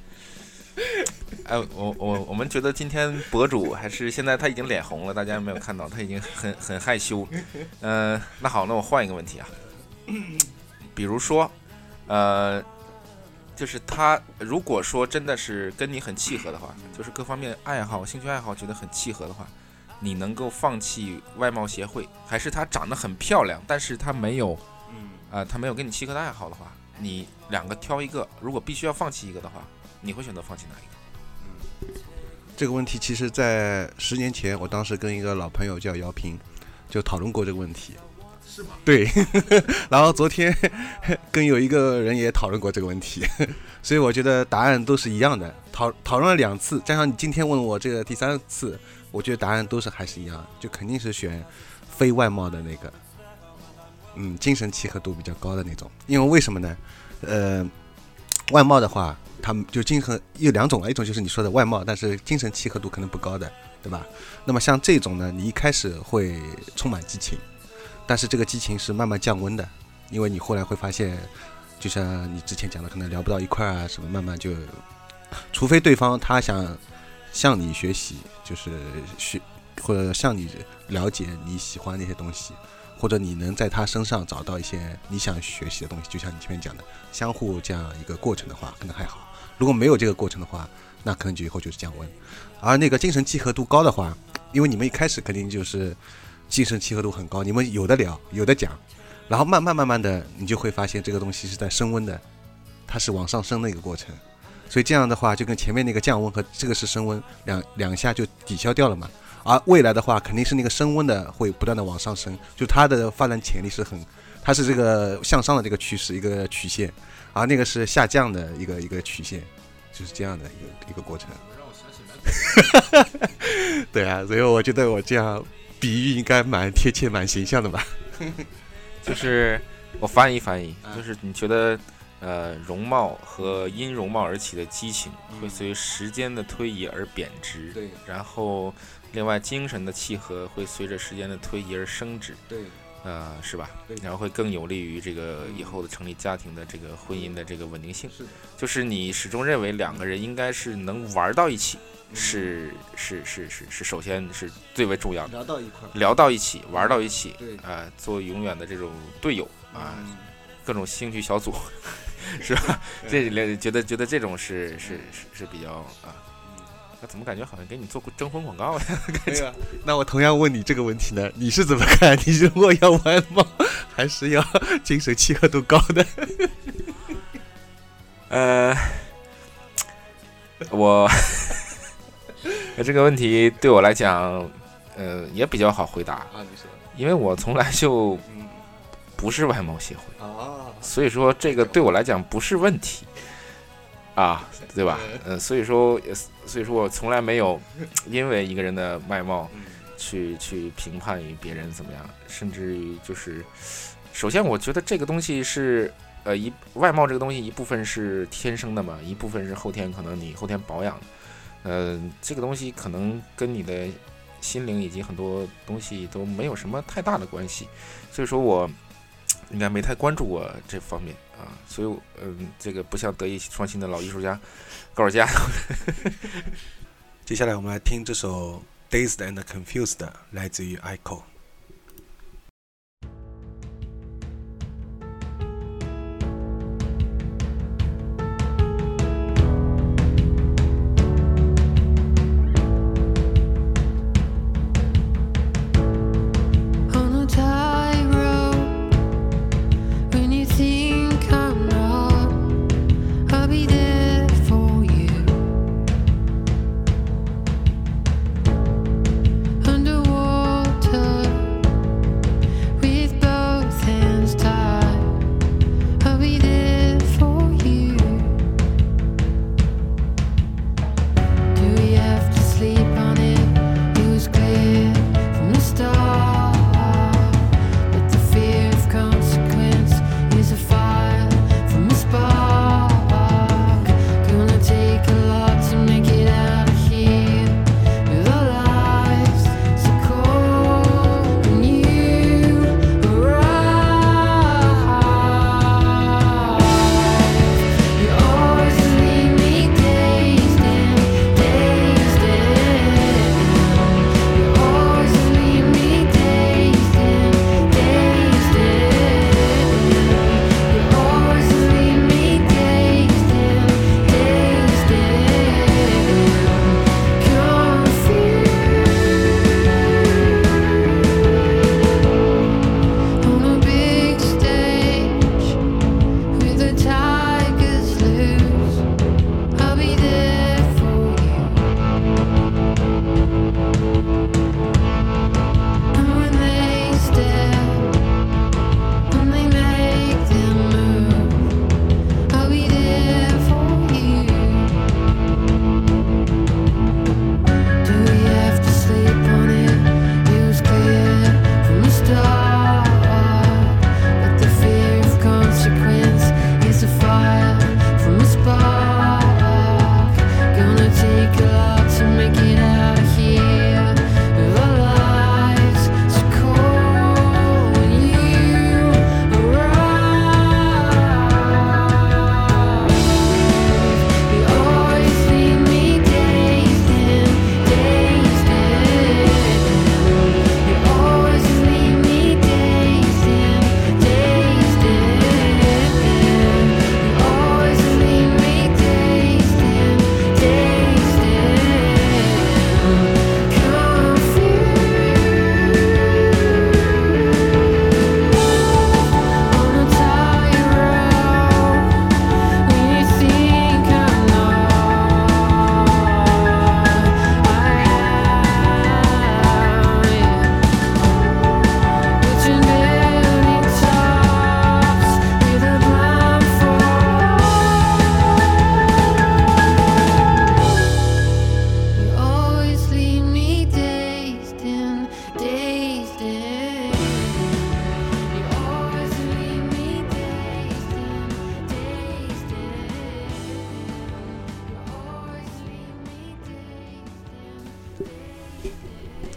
S2: 哎，我我我们觉得今天博主还是现在他已经脸红了，大家有没有看到？他已经很很害羞。嗯、呃，那好，那我换一个问题啊，比如说，呃，就是他如果说真的是跟你很契合的话，就是各方面爱好、兴趣爱好觉得很契合的话，你能够放弃外貌协会，还是她长得很漂亮，但是她没有，呃，她没有跟你契合的爱好的话，你两个挑一个，如果必须要放弃一个的话，你会选择放弃哪一个？
S1: 这个问题其实在十年前，我当时跟一个老朋友叫姚平，就讨论过这个问题。
S2: 是吗？
S1: 对，然后昨天跟有一个人也讨论过这个问题，所以我觉得答案都是一样的。讨讨论了两次，加上你今天问我这个第三次，我觉得答案都是还是一样，就肯定是选非外貌的那个，嗯，精神契合度比较高的那种。因为为什么呢？呃，外貌的话，他们就精神有两种，一种就是你说的外貌，但是精神契合度可能不高的，对吧？那么像这种呢，你一开始会充满激情。但是这个激情是慢慢降温的，因为你后来会发现，就像你之前讲的，可能聊不到一块啊什么，慢慢就，除非对方他想向你学习，就是学或者向你了解你喜欢那些东西，或者你能在他身上找到一些你想学习的东西，就像你前面讲的，相互这样一个过程的话，可能还好。如果没有这个过程的话，那可能就以后就是降温。而那个精神契合度高的话，因为你们一开始肯定就是精神契合度很高，你们有的聊有的讲， 然后慢慢慢慢的，你就会发现这个东西是在升温的，它是往上升的一个过程。所以这样的话，就跟前面那个降温和这个是升温，两两下就抵消掉了嘛。而未来的话，肯定是那个升温的会不断的往上升，就它的发展潜力是很，它是这个向上的这个趋势一个曲线，而那个是下降的一个一个曲线，就是这样的一个一个过程。对啊，所以我觉得我这样比喻应该蛮贴切、蛮形象的吧。
S2: 就是我翻译翻译，就是你觉得呃容貌和因容貌而起的激情会随时间的推移而贬值，
S1: 对，
S2: 然后另外精神的契合会随着时间的推移而升值，
S1: 对，
S2: 呃是吧
S1: 对？
S2: 然后会更有利于这个以后的成立家庭的这个婚姻的这个稳定性。
S1: 是的，
S2: 就是你始终认为两个人应该是能玩到一起，是是是是是，首先是最为重要的。
S1: 聊到一块，
S2: 聊到一起，玩到一起，
S1: 对，
S2: 啊、呃，做永远的这种队友啊、
S1: 嗯
S2: 呃，各种兴趣小组，是吧？这觉得觉得这种是是是是比较啊。那怎么感觉好像给你做过征婚广告呀？
S1: 对啊，那我同样问你这个问题呢，你是怎么看？你如果要外貌，还是要精神契合度高的？
S2: 呃，我这个问题对我来讲，呃，也比较好回答
S1: 啊，你说，
S2: 因为我从来就
S1: 嗯，
S2: 不是外貌协会，
S1: 啊，
S2: 所以说这个对我来讲不是问题。啊，对吧？呃，所以说，所以说我从来没有因为一个人的外貌去去评判于别人怎么样，甚至于就是，首先我觉得这个东西是，呃，一外貌这个东西一部分是天生的嘛，一部分是后天可能你后天保养的，呃，这个东西可能跟你的心灵以及很多东西都没有什么太大的关系，所以说我应该没太关注过这方面。啊，所以嗯，这个不像德艺双馨的老艺术家高尔加。
S1: 接下来我们来听这首《Dazed and Confused》，来自于 Aiko。
S4: Underwater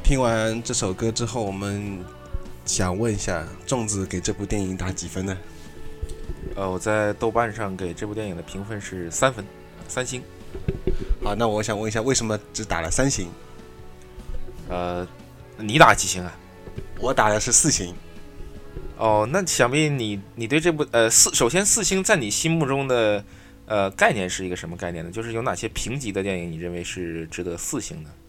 S1: 听完这首歌之后，我们想问一下，粽子给这部电影打几分呢？
S2: 呃，我在豆瓣上给这部电影的评分是三分，三星。
S1: 好，那我想问一下，为什么只打了三星？
S2: 呃，你打几星啊？
S1: 我打的是四星。
S2: 哦，那想必你你对这部呃四，首先四星在你心目中的呃概念是一个什么概念呢？就是有哪些评级的电影你认为是值得四星的？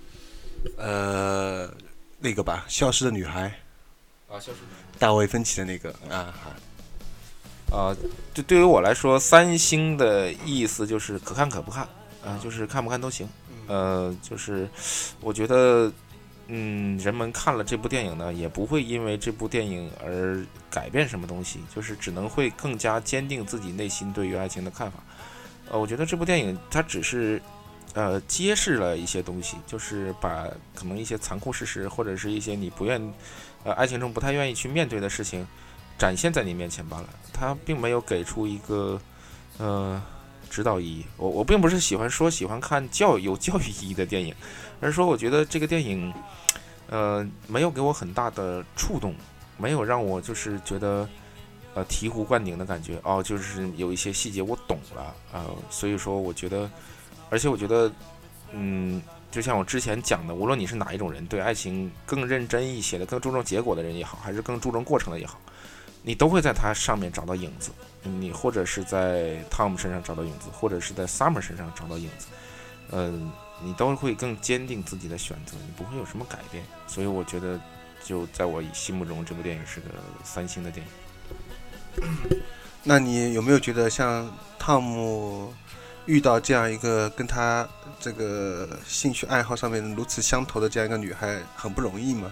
S1: 呃，那个吧，《消失的女孩》
S2: 啊，消失的
S1: 大卫芬奇的那个啊。
S2: 啊，就对于我来说，三星的意思就是可看可不看，啊、呃，就是看不看都行。呃，就是我觉得，嗯，人们看了这部电影呢，也不会因为这部电影而改变什么东西，就是只能会更加坚定自己内心对于爱情的看法。呃，我觉得这部电影它只是，呃，揭示了一些东西，就是把可能一些残酷事实，或者是一些你不愿，呃，爱情中不太愿意去面对的事情。展现在你面前罢了，他并没有给出一个呃指导意义。我我并不是喜欢说喜欢看教有教育意义的电影，而是说我觉得这个电影呃没有给我很大的触动，没有让我就是觉得呃醍醐灌顶的感觉哦，就是有一些细节我懂了啊、呃，所以说我觉得，而且我觉得嗯。就像我之前讲的，无论你是哪一种人，对爱情更认真一些的、更注重结果的人也好，还是更注重过程的也好，你都会在他上面找到影子。你或者是在 Tom 身上找到影子，或者是在 Summer 身上找到影子，嗯、呃，你都会更坚定自己的选择，你不会有什么改变。所以我觉得，就在我心目中，这部电影是个三星的电影。
S1: 那你有没有觉得像汤姆遇到这样一个跟他这个兴趣爱好上面如此相投的这样一个女孩很不容易吗？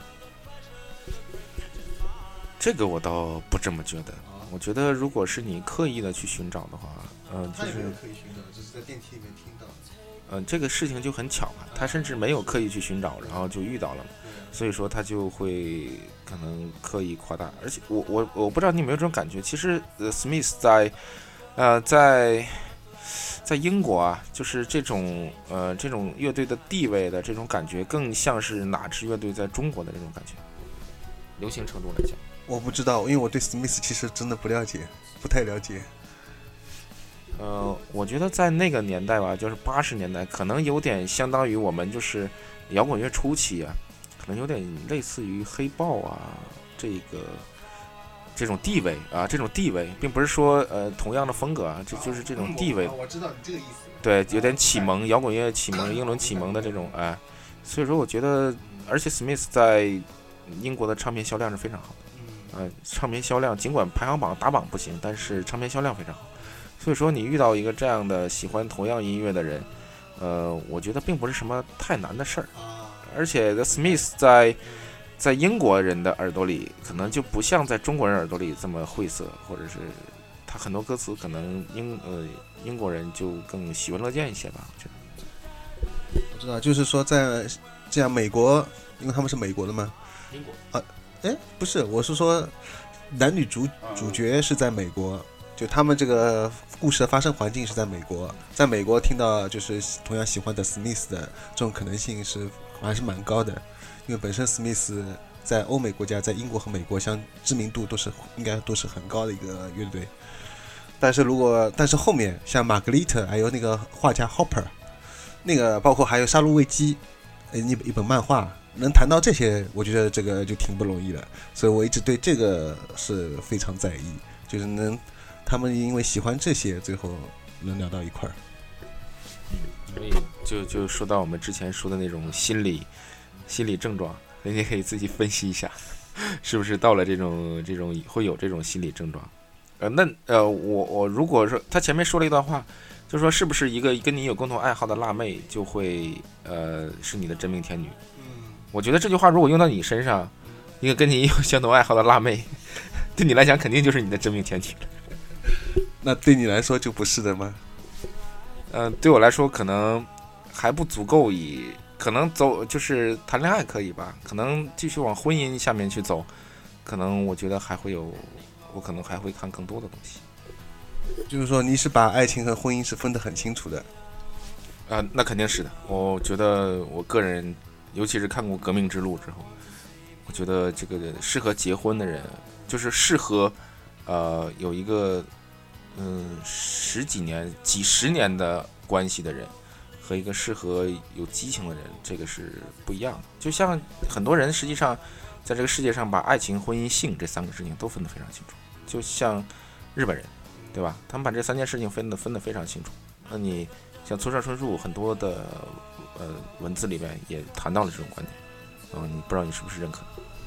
S1: 这
S2: 个我倒不这么觉得。我觉得如果是你刻意的去寻找的话，嗯、呃，就是
S1: 可以寻找，只是在电梯里面听到。
S2: 嗯、呃，这个事情就很巧嘛，他甚至没有刻意去寻找，然后就遇到了，所以说他就会可能刻意夸大。而且我我我不知道你有没有这种感觉，其实呃 Smith 在呃在。在英国啊，就是这种呃这种乐队的地位的这种感觉，更像是哪支乐队在中国的这种感觉。流行程度来讲，
S1: 我不知道，因为我对 Smith 其实真的不了解，不太了解。
S2: 呃，我觉得在那个年代吧，就是八十年代，可能有点相当于我们就是摇滚乐初期啊，可能有点类似于黑豹啊这个。这种地位啊，这种地位，并不是说呃同样的风格啊，这就是这种地位。
S1: 我知道你这个意思。对，
S2: 有点启蒙，摇滚乐启蒙，英伦启蒙的这种哎、呃，所以说我觉得，而且 Smith 在英国的唱片销量是非常好的，呃，唱片销量尽管排行榜打榜不行，但是唱片销量非常好。所以说你遇到一个这样的喜欢同样音乐的人，呃，我觉得并不是什么太难的事儿。而且 The Smith 在在英国人的耳朵里，可能就不像在中国人耳朵里这么晦涩，或者是他很多歌词可能英呃英国人就更喜闻乐见一些吧。我觉得，
S1: 我知道，就是说在这样美国，因为他们是美国的嘛。
S2: 英国
S1: 啊，哎，不是，我是说男女主主角是在美国，就他们这个故事的发生环境是在美国，在美国听到就是同样喜欢的 Smith 的这种可能性是还是蛮高的。因为本身 Smith 在欧美国家，在英国和美国相知名度都是应该都是很高的一个乐队，但是如果但是后面像玛格丽特，还有那个画家 Hopper， 那个包括还有杀戮危机，一一本漫画，能谈到这些，我觉得这个就挺不容易了，所以我一直对这个是非常在意，就是能他们因为喜欢这些，最后能聊到一块儿。
S2: 所以就就说到我们之前说的那种心理。心理症状，人家可以自己分析一下，是不是到了这种这种会有这种心理症状？呃，那呃，我我如果说他前面说了一段话，就说是不是一个跟你有共同爱好的辣妹就会呃是你的真命天女？嗯，我觉得这句话如果用到你身上，一个跟你有相同爱好的辣妹，对你来讲肯定就是你的真命天女了。
S1: 那对你来说就不是的吗？
S2: 嗯、呃，对我来说可能还不足够以。可能走就是谈恋爱可以吧，可能继续往婚姻下面去走，可能我觉得还会有，我可能还会看更多的东西。
S1: 就是说你是把爱情和婚姻是分得很清楚的。
S2: 啊、呃，那肯定是的。我觉得我个人尤其是看过《革命之路》之后，我觉得这个适合结婚的人，就是适合呃有一个嗯十几年、几十年的关系的人，和一个适合有激情的人，这个是不一样的。就像很多人实际上在这个世界上把爱情、婚姻、性这三个事情都分得非常清楚，就像日本人，对吧？他们把这三件事情分得分得非常清楚。那你像村上春树很多的呃文字里面也谈到了这种观点，嗯、呃，你不知道你是不是认可？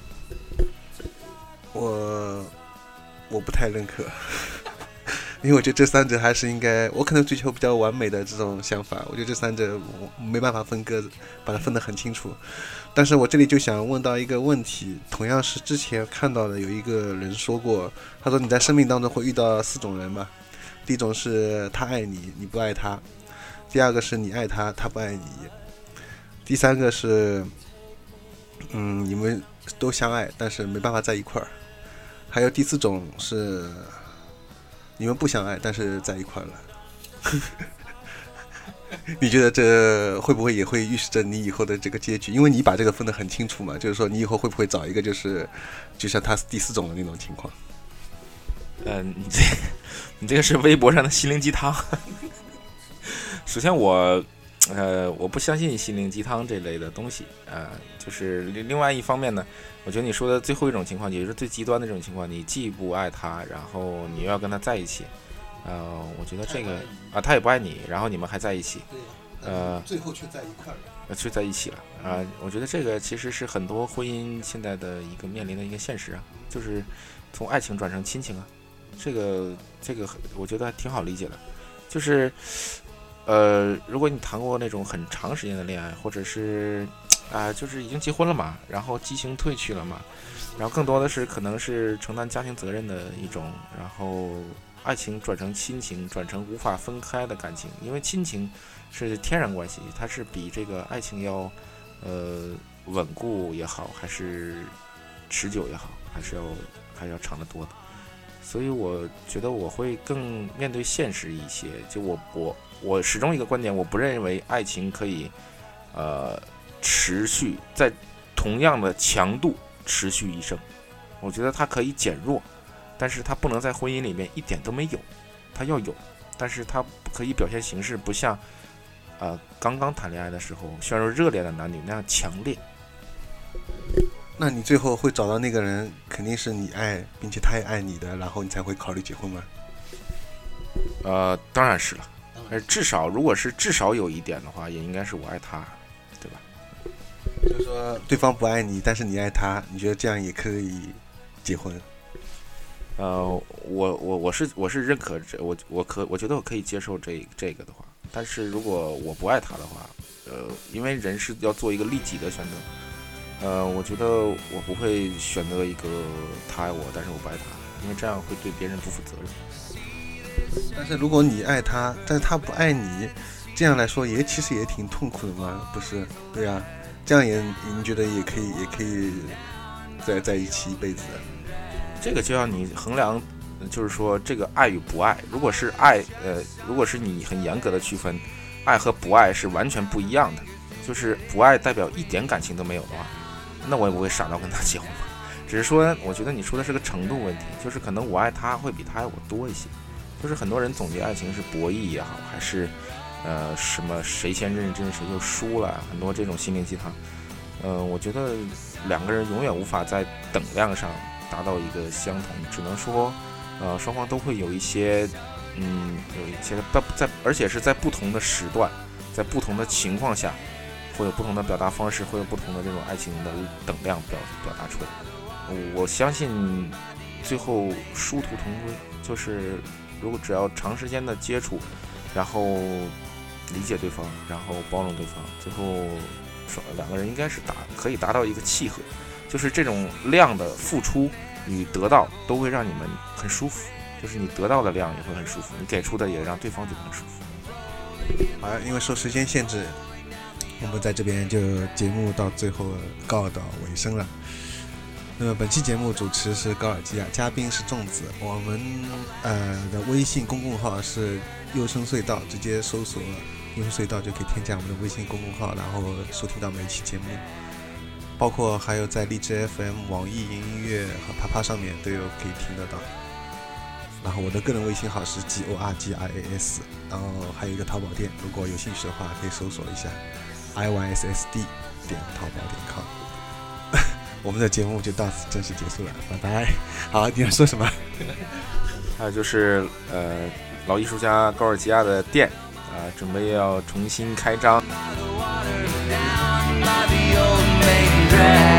S1: 我我不太认可，因为我觉得这三者还是应该，我可能追求比较完美的这种想法。我觉得这三者我没办法分割，把它分得很清楚。但是我这里就想问到一个问题，同样是之前看到的，有一个人说过，他说你在生命当中会遇到四种人嘛，第一种是他爱你，你不爱他；第二个是你爱他，他不爱你；第三个是，嗯，你们都相爱，但是没办法在一块儿；还有第四种是你们不相爱，但是在一块儿了。你觉得这会不会也会预示着你以后的这个结局？因为你把这个分得很清楚嘛，就是说你以后会不会找一个就是就像他第四种的那种情况？
S2: 嗯、呃，你这你这个是微博上的心灵鸡汤。首先我呃我不相信心灵鸡汤这类的东西啊、呃，就是另外一方面呢，我觉得你说的最后一种情况，也就是最极端的这种情况，你既不爱他，然后你又要跟他在一起。呃，我觉得这个啊，他也不爱你，然后你们还在一起，呃，
S1: 最后却在一块
S2: 了，却在一起了啊、呃！我觉得这个其实是很多婚姻现在的一个面临的一个现实啊，就是从爱情转成亲情啊，这个这个我觉得还挺好理解的，就是呃，如果你谈过那种很长时间的恋爱，或者是啊、呃，就是已经结婚了嘛，然后激情褪去了嘛，然后更多的是可能是承担家庭责任的一种，然后。爱情转成亲情，转成无法分开的感情，因为亲情是天然关系，它是比这个爱情要呃稳固也好，还是持久也好，还是要还是要长得多的。所以我觉得我会更面对现实一些。就我我我始终一个观点，我不认为爱情可以呃持续在同样的强度持续一生，我觉得它可以减弱。但是它不能在婚姻里面一点都没有，它要有，但是它可以表现形式不像，呃，刚刚谈恋爱的时候陷入热恋的男女那样强烈。
S1: 那你最后会找到那个人，肯定是你爱，并且他也爱你的，然后你才会考虑结婚吗？
S2: 呃，当然是了，呃，至少如果是至少有一点的话，也应该是我爱他，对吧？
S1: 就是说对方不爱你，但是你爱他，你觉得这样也可以结婚？
S2: 呃，我我我是我是认可这我我可我觉得我可以接受这这个的话，但是如果我不爱他的话，呃，因为人是要做一个利己的选择，呃，我觉得我不会选择一个他爱我，但是我不爱他，因为这样会对别人不负责任。
S1: 但是如果你爱他，但是他不爱你，这样来说也其实也挺痛苦的嘛，不是？对啊，这样也你觉得也可以也可以在在一起一辈子的。
S2: 这个就要你衡量，就是说这个爱与不爱。如果是爱，呃，如果是你很严格的区分，爱和不爱是完全不一样的。就是不爱代表一点感情都没有的话，那我也不会傻到跟他结婚嘛。只是说，我觉得你说的是个程度问题，就是可能我爱他会比他爱我多一些。就是很多人总结爱情是博弈也好，还是呃什么谁先认真谁就输了，很多这种心灵鸡汤。呃，我觉得两个人永远无法在等量上达到一个相同，只能说，呃，双方都会有一些，嗯，有一些在，而且是在不同的时段，在不同的情况下，会有不同的表达方式，会有不同的这种爱情的等量表表达出来。我相信最后殊途同归，就是如果只要长时间的接触，然后理解对方，然后包容对方，最后双两个人应该是达可以达到一个契合。就是这种量的付出与得到都会让你们很舒服，就是你得到的量也会很舒服，你给出的也让对方觉得很舒服。
S1: 好，因为受时间限制，我们在这边就节目到最后告到尾声了。那么本期节目主持是高尔基亚，嘉宾是粽子。我们呃的微信公共号是幼声隧道，直接搜索音隧道就可以添加我们的微信公众号，然后收听到每一期节目，包括还有在荔枝 F M、网易云音乐和啪啪上面都有可以听得到。然后我的个人微信号是 G O R G I A S， 然后还有一个淘宝店，如果有兴趣的话可以搜索一下 I Y S S D 点淘宝点 com。 我们的节目就到此正式结束了，拜拜。好，你要说什么？
S2: 还有就是呃，老艺术家高尔基亚的店啊、呃，准备要重新开张。
S3: By the water, down by the old main drag.